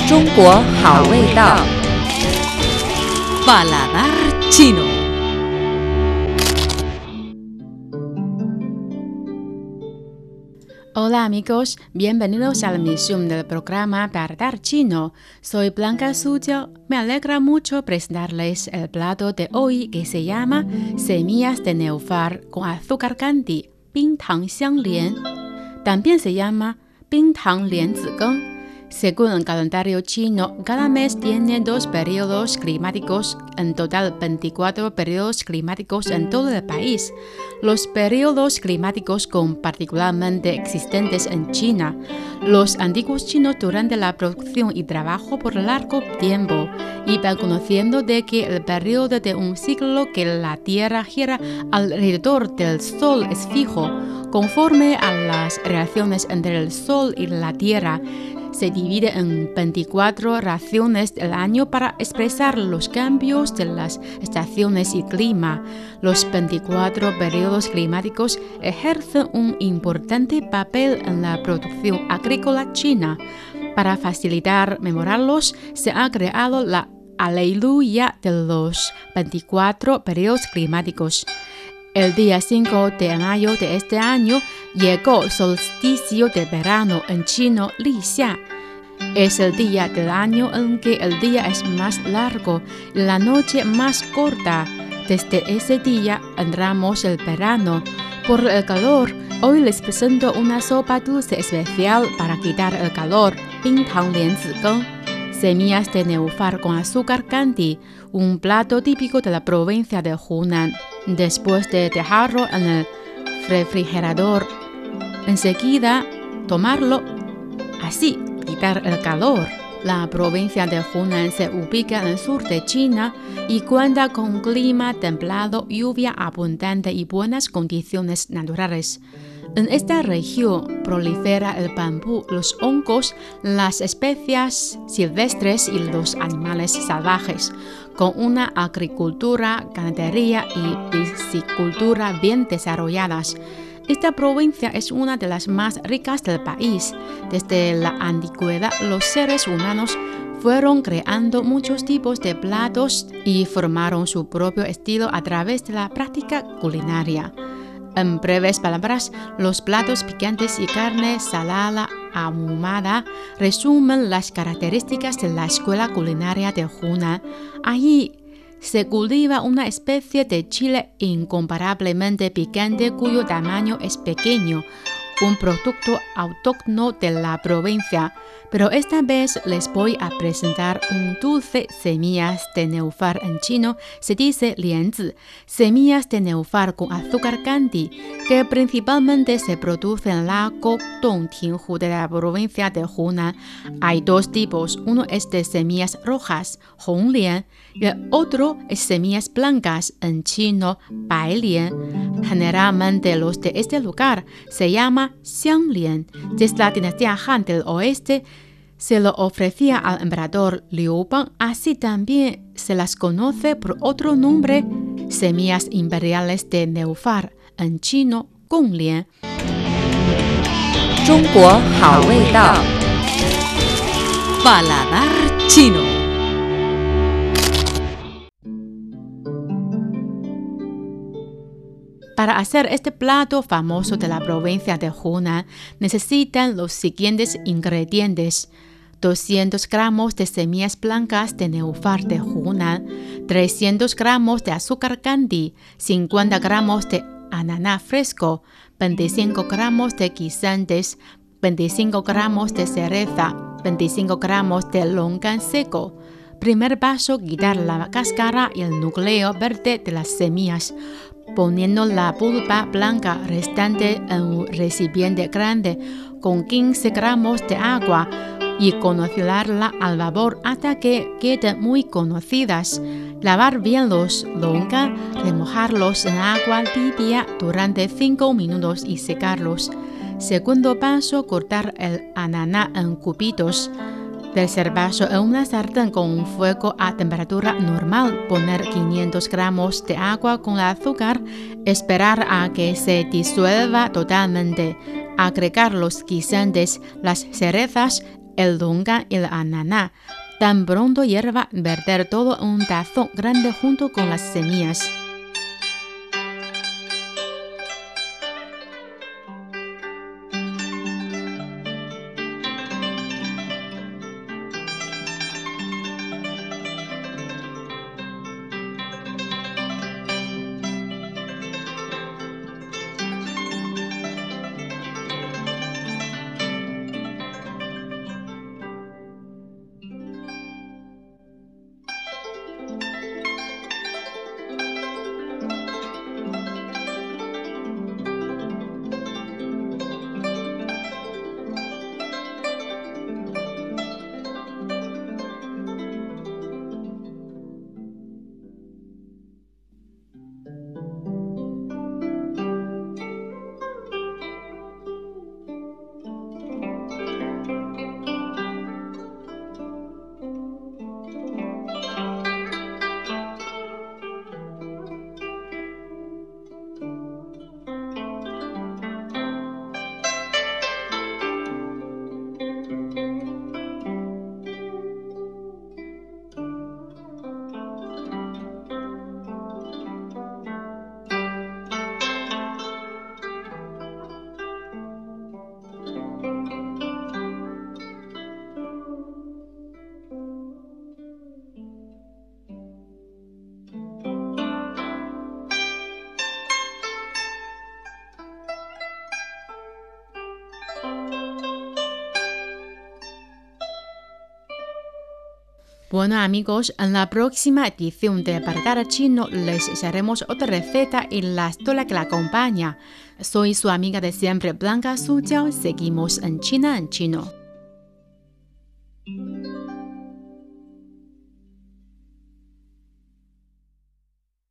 中国好味道。 Paladar chino. Hola amigos, bienvenidos a la emisión del programa Paladar Chino. Soy Blanca Sucio. Me alegra mucho presentarles el plato de hoy que se llama semillas de nénuphar con azúcar candy, 冰糖香莲. También se llama 冰糖莲子羹. Según el calendario chino, cada mes tiene 2 periodos climáticos, en total 24 periodos climáticos en todo el país. Los periodos climáticos son particularmente existentes en China. Los antiguos chinos durante la producción y trabajo por largo tiempo iban conociendo de que el periodo de un ciclo que la Tierra gira alrededor del Sol es fijo. Conforme a las relaciones entre el Sol y la Tierra, se divide en 24 raciones del año para expresar los cambios de las estaciones y clima. Los 24 periodos climáticos ejercen un importante papel en la producción agrícola china. Para facilitar memorarlos, se ha creado la Aleluya de los 24 periodos climáticos. El día 5 de mayo de este año llegó el solsticio de verano en chino Li Xia. Es el día del año en que el día es más largo y la noche más corta. Desde ese día entramos el verano. Por el calor, hoy les presento una sopa dulce especial para quitar el calor, 冰糖莲子羹. Semillas de nénuphar con azúcar candy, un plato típico de la provincia de Hunan. Después de dejarlo en el refrigerador, enseguida tomarlo, así quitar el calor. La provincia de Hunan se ubica en el sur de China y cuenta con un clima templado, lluvia abundante y buenas condiciones naturales. En esta región prolifera el bambú, los hongos, las especies silvestres y los animales salvajes, con una agricultura, ganadería y piscicultura bien desarrolladas. Esta provincia es una de las más ricas del país. Desde la antigüedad, los seres humanos fueron creando muchos tipos de platos y formaron su propio estilo a través de la práctica culinaria. En breves palabras, los platos picantes y carne salada ahumada resumen las características de la escuela culinaria de Hunan. Allí se cultiva una especie de chile incomparablemente picante cuyo tamaño es pequeño, un producto autóctono de la provincia, pero esta vez les voy a presentar un dulce semillas de nénuphar. En chino se dice lianzi, semillas de nénuphar con azúcar candy, que principalmente se produce en el lago Dongtinghu de la provincia de Hunan. Hay 2 tipos, uno es de semillas rojas, honglian, y el otro es semillas blancas, en chino bailian. Generalmente los de este lugar se llama xianglian. Desde la dinastía Han del oeste se lo ofrecía al emperador Liu Bang, así también se las conoce por otro nombre, semillas imperiales de nénuphar, en chino gonglian. 中国好味道。 Paladar chino. Para hacer este plato famoso de la provincia de Hunan, necesitan los siguientes ingredientes: 200 gramos de semillas blancas de nénuphar de Hunan, 300 gramos de azúcar candy, 50 gramos de ananá fresco, 25 gramos de guisantes, 25 gramos de cereza, 25 gramos de longan seco. Primer paso, quitar la cáscara y el núcleo verde de las semillas, poniendo la pulpa blanca restante en un recipiente grande con 15 gramos de agua y cocerla al vapor hasta que queden muy cocidas. Lavar bien los longan, remojarlos en agua tibia durante 5 minutos y secarlos. Segundo paso, cortar el ananá en cubitos. Tercer paso, en una sartén con un fuego a temperatura normal, poner 500 gramos de agua con azúcar, esperar a que se disuelva totalmente, agregar los guisantes, las cerezas, el longan y el ananá. Tan pronto hierva, verter todo en un tazón grande junto con las semillas. Bueno amigos, en la próxima edición de Paladar Chino les haremos otra receta y la historia que la acompaña. Soy su amiga de siempre, Blanca Su Jiao. Seguimos en China en chino.